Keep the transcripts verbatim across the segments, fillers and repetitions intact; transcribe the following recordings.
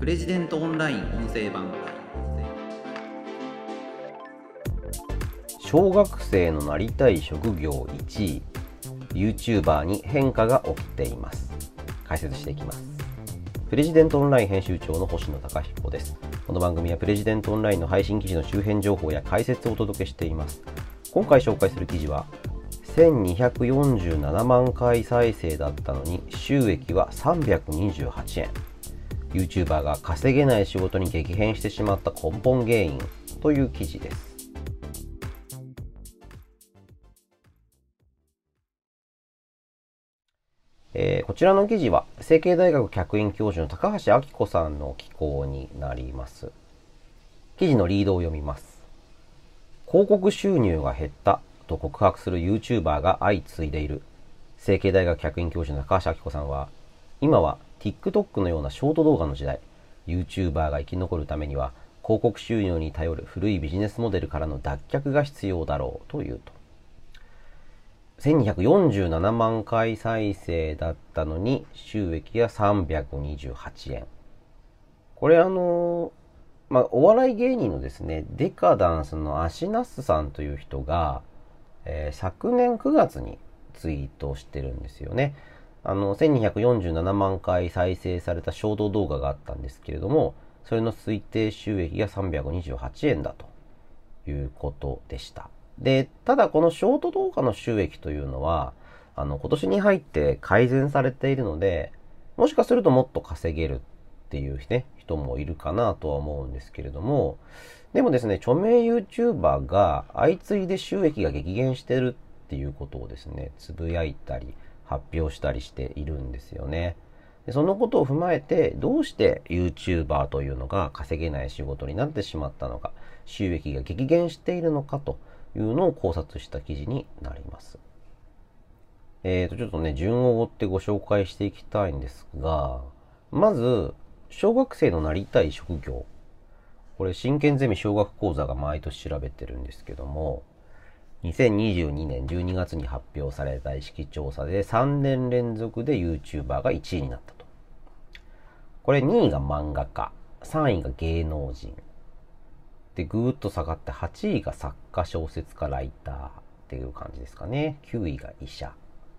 プレジデントオンライン音声版。 小学生のなりたい職業いちい、 YouTuber に変化が起きています。解説していきます。プレジデントオンライン編集長の星野貴彦です。この番組はプレジデントオンラインの配信記事の周辺情報や解説をお届けしています。今回紹介する記事はせんにひゃくよんじゅうななまんかい再生だったのに収益はさんびゃくにじゅうはちえん。 YouTuber が稼げない仕事に激変してしまった根本原因という記事です。えー、こちらの記事は成蹊大学客員教授の高橋明子さんの寄稿になります。記事のリードを読みます。広告収入が減ったと告白する YouTuber が相次いでいる。成蹊大学客員教授の高橋明子さんは、今は TikTok のようなショート動画の時代、YouTuber が生き残るためには広告収入に頼る古いビジネスモデルからの脱却が必要だろうというと、せんにひゃくよんじゅうななまんかい再生だったのに収益がさんびゃくにじゅうはちえん。これあのまあお笑い芸人のですね、デカダンスのアシナスさんという人が、えー、昨年くがつにツイートしてるんですよね。あのせんにひゃくよんじゅうななまんかい再生されたショート動画があったんですけれども、それの推定収益がさんびゃくにじゅうはちえんだということでした。で、ただこのショート動画の収益というのは、あの、今年に入って改善されているので、もしかするともっと稼げるっていうね、人もいるかなとは思うんですけれども、でもですね、著名 YouTuber が相次いで収益が激減してるっていうことをですね、つぶやいたり発表したりしているんですよね。でそのことを踏まえて、どうして YouTuber というのが稼げない仕事になってしまったのか、収益が激減しているのかというのを考察した記事になります。えーと、ちょっとね、順を追ってご紹介していきたいんですが、まず、小学生のなりたい職業。これ、真剣ゼミ小学講座が毎年調べてるんですけども、にせんにじゅうにねんじゅうにがつに発表された意識調査でさんねん連続で YouTuber がいちいになったと。これにいが漫画家、さんいが芸能人。で、ぐーっと下がってはちいが作家、小説家、ライターっていう感じですかね。きゅういが医者。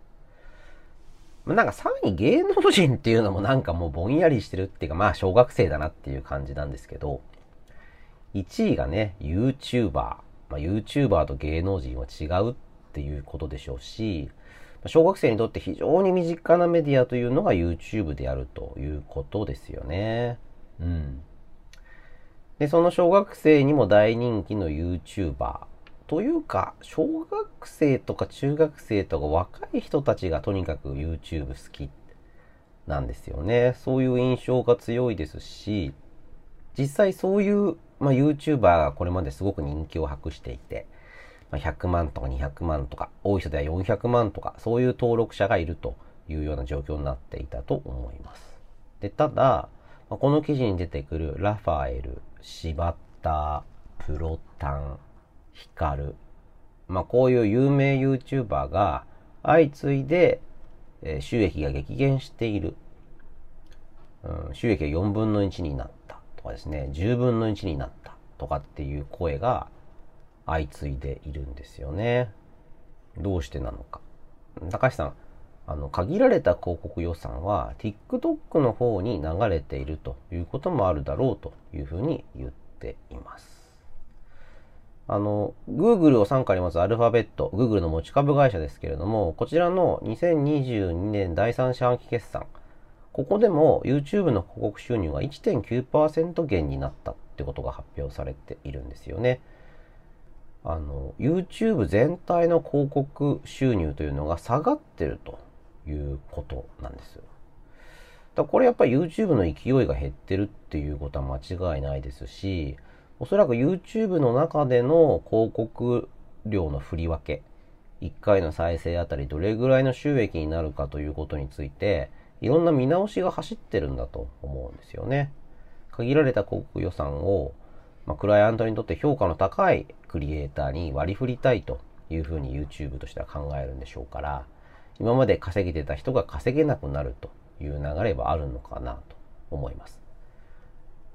なんかさんい芸能人っていうのもなんかもうぼんやりしてるっていうか、まあ小学生だなっていう感じなんですけど、いちいがね、YouTuber。まあ、YouTuber と芸能人は違うっていうことでしょうし、小学生にとって非常に身近なメディアというのが YouTube であるということですよね。うん。で、その小学生にも大人気の YouTuber というか、小学生とか中学生とか若い人たちがとにかく YouTube 好きなんですよね。そういう印象が強いですし、実際そういう、まあ、YouTuber がこれまですごく人気を博していて、まあ、ひゃくまんとかにひゃくまんとか、多い人ではよんひゃくまんとか、そういう登録者がいるというような状況になっていたと思います。で、ただ、この記事に出てくるラファエル、柴田、プロタン、ヒカル、まあこういう有名 YouTuber が相次いで収益が激減している。うん、収益がよんぶんのいちになったとかですね、じゅうぶんのいちになったとかっていう声が相次いでいるんですよね。どうしてなのか。高橋さん、あの、限られた広告予算は TikTok の方に流れているということもあるだろうというふうに言っています。あの、Google を傘下に持つアルファベット、Google の持ち株会社ですけれども、こちらのにせんにじゅうにねんだいさん四半期決算、ここでも YouTube の広告収入が いってんきゅうパーセント 減になったってことが発表されているんですよね。あの、YouTube 全体の広告収入というのが下がってるということなんですよ。だこれやっぱり YouTube の勢いが減ってるっていうことは間違いないですし、おそらく YouTube の中での広告量の振り分け、いっかいの再生あたりどれぐらいの収益になるかということについて、いろんな見直しが走ってるんだと思うんですよね。限られた広告予算を、まあ、クライアントにとって評価の高いクリエイターに割り振りたいというふうに YouTube としては考えるんでしょうから、今まで稼げてた人が稼げなくなるという流れはあるのかなと思います。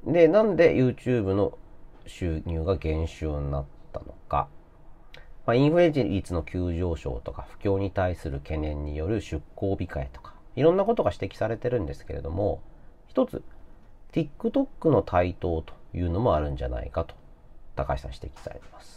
で、なんで YouTube の収入が減少になったのか。まあ、インフレ率の急上昇とか不況に対する懸念による出向控えとか、いろんなことが指摘されてるんですけれども、一つ、TikTok の台頭というのもあるんじゃないかと、高橋さん指摘されています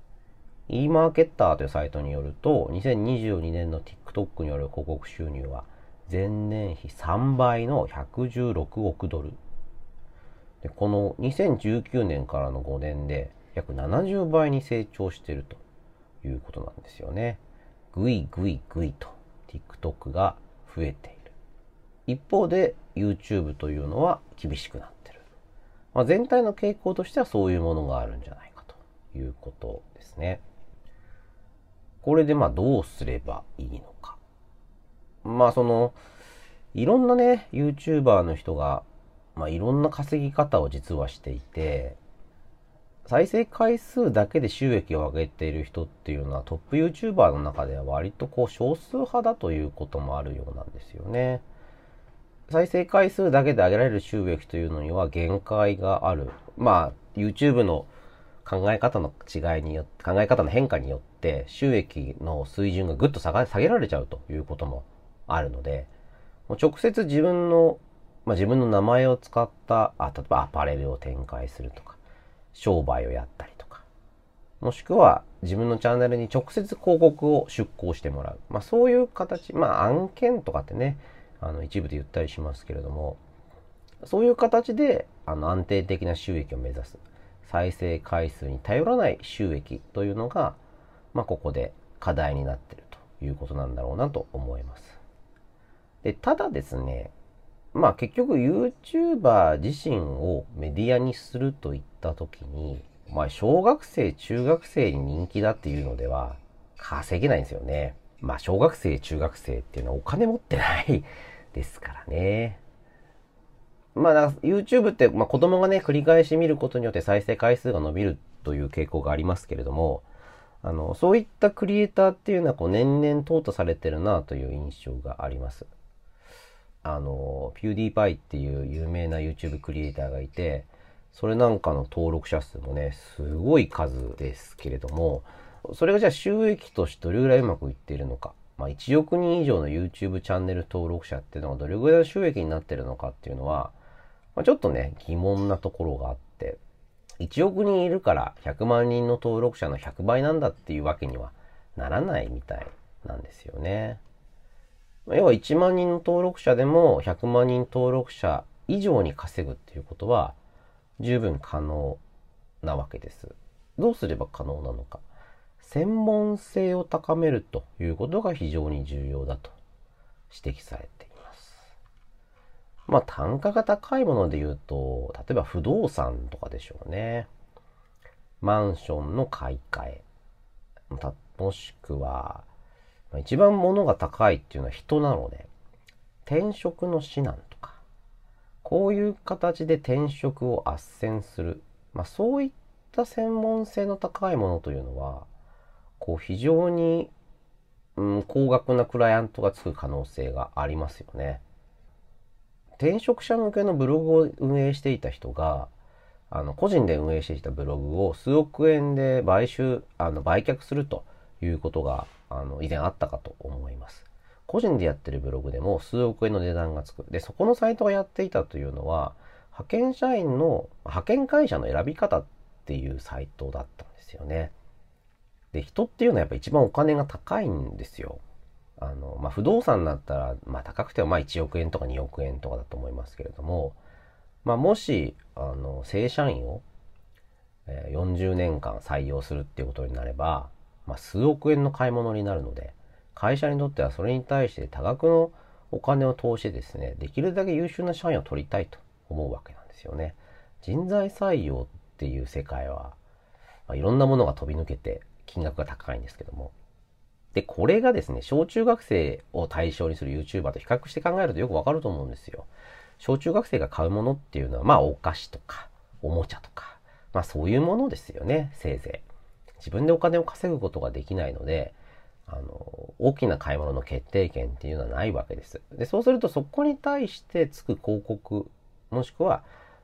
。eMarketer というサイトによると、にせんにじゅうにねんの TikTok による広告収入は、前年比さんばいのひゃくじゅうろくおくドル。で、このにせんじゅうきゅうねんからのごねんで約ななじゅうばいに成長しているということなんですよね。ぐいぐいぐいと TikTok が増えている。一方で YouTube というのは厳しくなっている。まあ、全体の傾向としてはそういうものがあるんじゃないかということですね。これでまあどうすればいいのか。まあそのいろんなね YouTuber の人がまあいろんな稼ぎ方を実はしていて、再生回数だけで収益を上げている人っていうのはトップ YouTuber の中では割とこう少数派だということもあるようなんですよね。再生回数だけで上げられる収益というのには限界がある。まあ YouTube の考え方の違いによって、考え方の変化によって収益の水準がぐっと下が下げられちゃうということもあるので、もう直接自分の、まあ、自分の名前を使った、あ、例えばアパレルを展開するとか、商売をやったりとか、もしくは自分のチャンネルに直接広告を出稿してもらう。まあそういう形、まあ案件とかってね、あの一部で言ったりしますけれども、そういう形であの安定的な収益を目指す。再生回数に頼らない収益というのが、まあここで課題になっているということなんだろうなと思います。で、ただですね、まあ結局 YouTuber 自身をメディアにするといったときに、まあ小学生、中学生に人気だっていうのでは稼げないんですよね。まあ小学生、中学生っていうのはお金持ってないですからね。まあだから YouTube ってまあ子供がね繰り返し見ることによって再生回数が伸びるという傾向がありますけれども、あのそういったクリエイターっていうのはこう年々淘汰されてるなという印象があります。あの、ピューディーパイっていう有名な YouTube クリエイターがいて、それなんかの登録者数もね、すごい数ですけれども、それがじゃあ収益としてどれぐらいうまくいっているのか。まあいちおくにん以上の YouTube チャンネル登録者っていうのがどれぐらいの収益になってるのかっていうのは、まあ、ちょっとね、疑問なところがあって、いちおくにんいるからひゃくまんにんの登録者のひゃくばいなんだっていうわけにはならないみたいなんですよね。要はいちまんにんの登録者でもひゃくまんにん登録者以上に稼ぐっていうことは十分可能なわけです。どうすれば可能なのか。専門性を高めるということが非常に重要だと指摘されています。まあ単価が高いもので言うと、例えば不動産とかでしょうね。マンションの買い替え。もしくは、一番物が高いっていうのは人なので、転職の指南とか、こういう形で転職を斡旋する、まあそういった専門性の高いものというのは、こう非常に、うん、高額なクライアントがつく可能性がありますよね。転職者向けのブログを運営していた人が、あの個人で運営していたブログを数億円で買収、あの売却するということがあの以前あったかと思います。個人でやってるブログでも数億円の値段がつく。で、そこのサイトがやっていたというのは、派遣社員の、派遣会社の選び方っていうサイトだったんですよね。で、人っていうのはやっぱ一番お金が高いんですよ。あの、まあ、不動産だったら、まあ、高くてもまあいちおくえんとかにおくえんとかだと思いますけれども、まあ、もし、あの、正社員をよんじゅうねんかん採用するっていうことになれば、まあ、数億円の買い物になるので、会社にとってはそれに対して多額のお金を投じてですね、できるだけ優秀な社員を取りたいと思うわけなんですよね。人材採用っていう世界は、まあ、いろんなものが飛び抜けて金額が高いんですけども。で、これがですね、小中学生を対象にする YouTuber と比較して考えるとよくわかると思うんですよ。小中学生が買うものっていうのは、まあお菓子とか、おもちゃとか、まあそういうものですよね、せいぜい。自分でお金を稼ぐことができないので、あの、大きな買い物の決定権っていうのはないわけです。で、そうするとそこに対してつく広告、もしくは、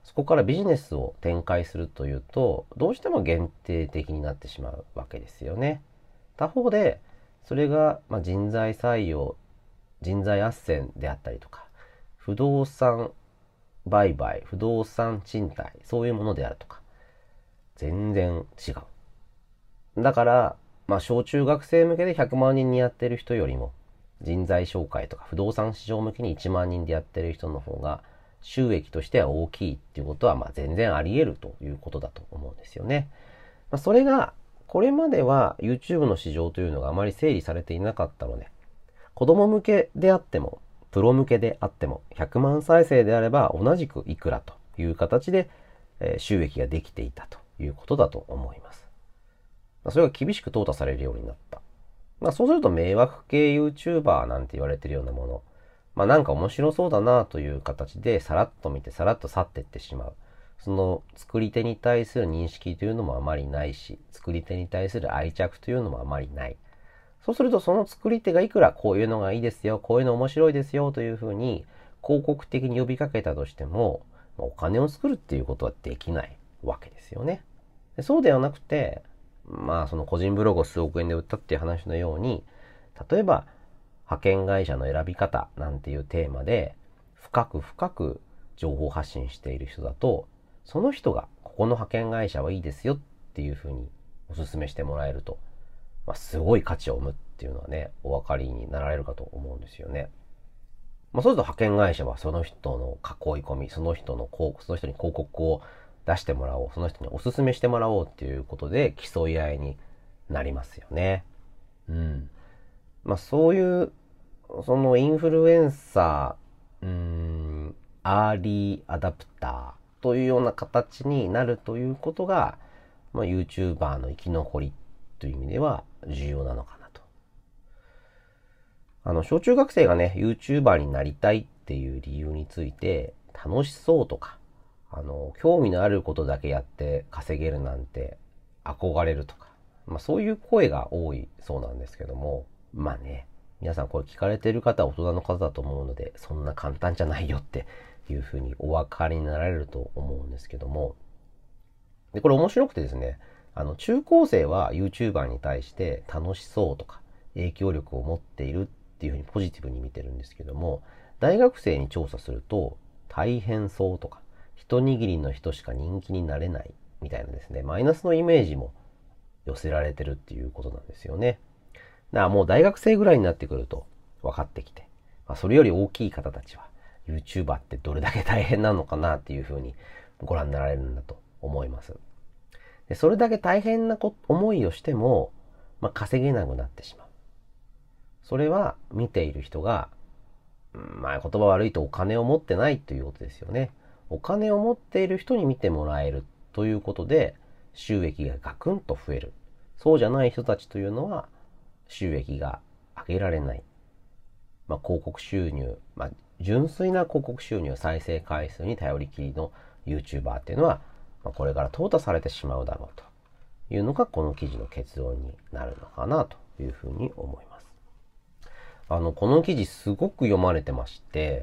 そこからビジネスを展開するというと、どうしても限定的になってしまうわけですよね。他方で、それがまあ人材採用、人材斡旋であったりとか、不動産売買、不動産賃貸、そういうものであるとか、全然違う。だから、まあ小中学生向けでひゃくまん人にやってる人よりも、人材紹介とか不動産市場向けにいちまん人でやってる人の方が、収益としては大きいっていうことは、まあ全然あり得るということだと思うんですよね。まあ、それが、これまでは YouTube の市場というのがあまり整理されていなかったので、子供向けであっても、プロ向けであっても、ひゃくまん再生であれば同じくいくらという形で収益ができていたということだと思います。それが厳しく淘汰されるようになった。まあ、そうすると迷惑系 YouTuber なんて言われてるようなもの、まあなんか面白そうだなという形でさらっと見てさらっと去っていってしまう。その作り手に対する認識というのもあまりないし、作り手に対する愛着というのもあまりない。そうするとその作り手がいくらこういうのがいいですよ、こういうの面白いですよというふうに広告的に呼びかけたとしても、お金を作るっていうことはできないわけですよね。でそうではなくて、まあその個人ブログを数億円で売ったっていう話のように、例えば派遣会社の選び方なんていうテーマで深く深く情報発信している人だと、その人がここの派遣会社はいいですよっていうふうにお勧めしてもらえると、まあ、すごい価値を生むっていうのはね、お分かりになられるかと思うんですよね。まあ、そうすると派遣会社はその人の囲い込み、その人の広告、その人に広告を出してもらおう、その人にお勧めしてもらおうっていうことで競い合いになりますよね。うん。まあそういう、そのインフルエンサー、うーん、アーリーアダプターというような形になるということが、まあ、YouTuber の生き残りという意味では重要なのかなと。あの、小中学生がね、YouTuber になりたいっていう理由について、楽しそうとか、あの、興味のあることだけやって稼げるなんて憧れるとか、まあそういう声が多いそうなんですけども、まあね、皆さんこれ聞かれている方は大人の方だと思うので、そんな簡単じゃないよっていうふうにお分かりになられると思うんですけども、で、これ面白くてですね、あの、中高生は YouTuber に対して楽しそうとか影響力を持っているっていうふうにポジティブに見てるんですけども、大学生に調査すると大変そうとか、一握りの人しか人気になれないみたいなですね、マイナスのイメージも寄せられてるっていうことなんですよね。だからもう大学生ぐらいになってくると分かってきて、まあ、それより大きい方たちは YouTuber ってどれだけ大変なのかなっていうふうにご覧になられるんだと思います。でそれだけ大変なこ思いをしても、まあ、稼げなくなってしまう。それは見ている人が、まあ言葉悪いとお金を持ってないということですよね。お金を持っている人に見てもらえるということで収益がガクンと増える。そうじゃない人たちというのは収益が上げられない。まあ、広告収入、まあ、純粋な広告収入、再生回数に頼りきりの YouTuber っていうのは、まあ、これから淘汰されてしまうだろうというのがこの記事の結論になるのかなというふうに思います。あの、この記事すごく読まれてまして、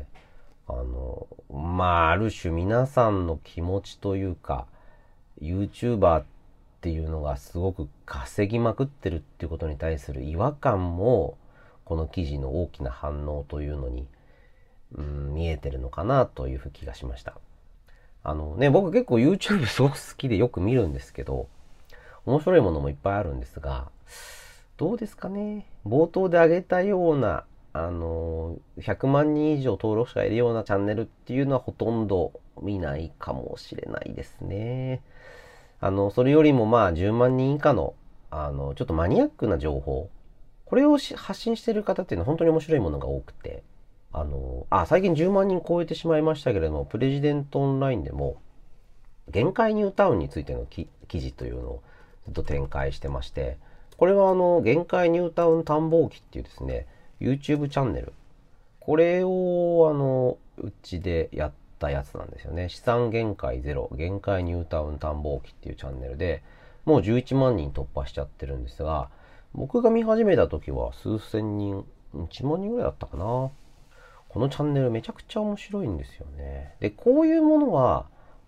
あの、まあ、ある種皆さんの気持ちというか、YouTuber っていうのがすごく稼ぎまくってるっていうことに対する違和感も、この記事の大きな反応というのに、うん、見えてるのかなという気がしました。あのね、僕結構 YouTube すごく好きでよく見るんですけど、面白いものもいっぱいあるんですが、どうですかね。冒頭で挙げたような、あの、ひゃくまん人以上登録者がいるようなチャンネルっていうのはほとんど見ないかもしれないですね。あの、それよりもまあじゅうまん人以下の、あの、ちょっとマニアックな情報、これを発信している方っていうのは本当に面白いものが多くて、あの、あ、最近じゅうまん人超えてしまいましたけれども、プレジデントオンラインでも、限界ニュータウンについての記事というのをずっと展開してまして、これはあの、限界ニュータウン探訪記っていうですね、YouTube チャンネル。これをあの、うちでやったやつなんですよね。資産限界ゼロ、限界ニュータウン探訪記っていうチャンネルで、もうじゅういちまん人突破しちゃってるんですが、僕が見始めた時は数千人、いちまん人ぐらいだったかな。このチャンネルめちゃくちゃ面白いんですよね。で、こういうものは、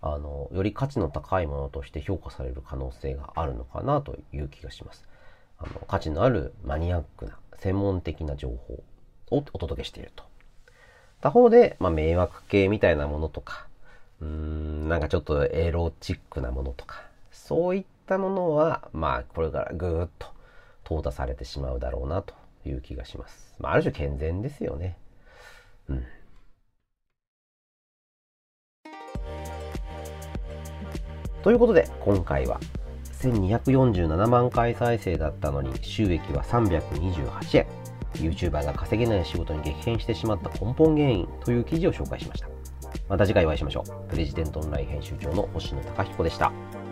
あの、より価値の高いものとして評価される可能性があるのかなという気がします。あの、価値のあるマニアックな専門的な情報をお届けしていると。他方で、まあ、迷惑系みたいなものとか、うーん、なんかちょっとエロチックなものとか、そういったものは、まあ、これからぐーっと淘汰されてしまうだろうなという気がします。まあ、ある種健全ですよね。うん。ということで、今回はせんにひゃくよんじゅうななまんかい再生だったのに収益はさんびゃくにじゅうはちえん。YouTuber が稼げない仕事に激変してしまった根本原因という記事を紹介しました。また次回お会いしましょう。プレジデントオンライン編集長の星野貴彦でした。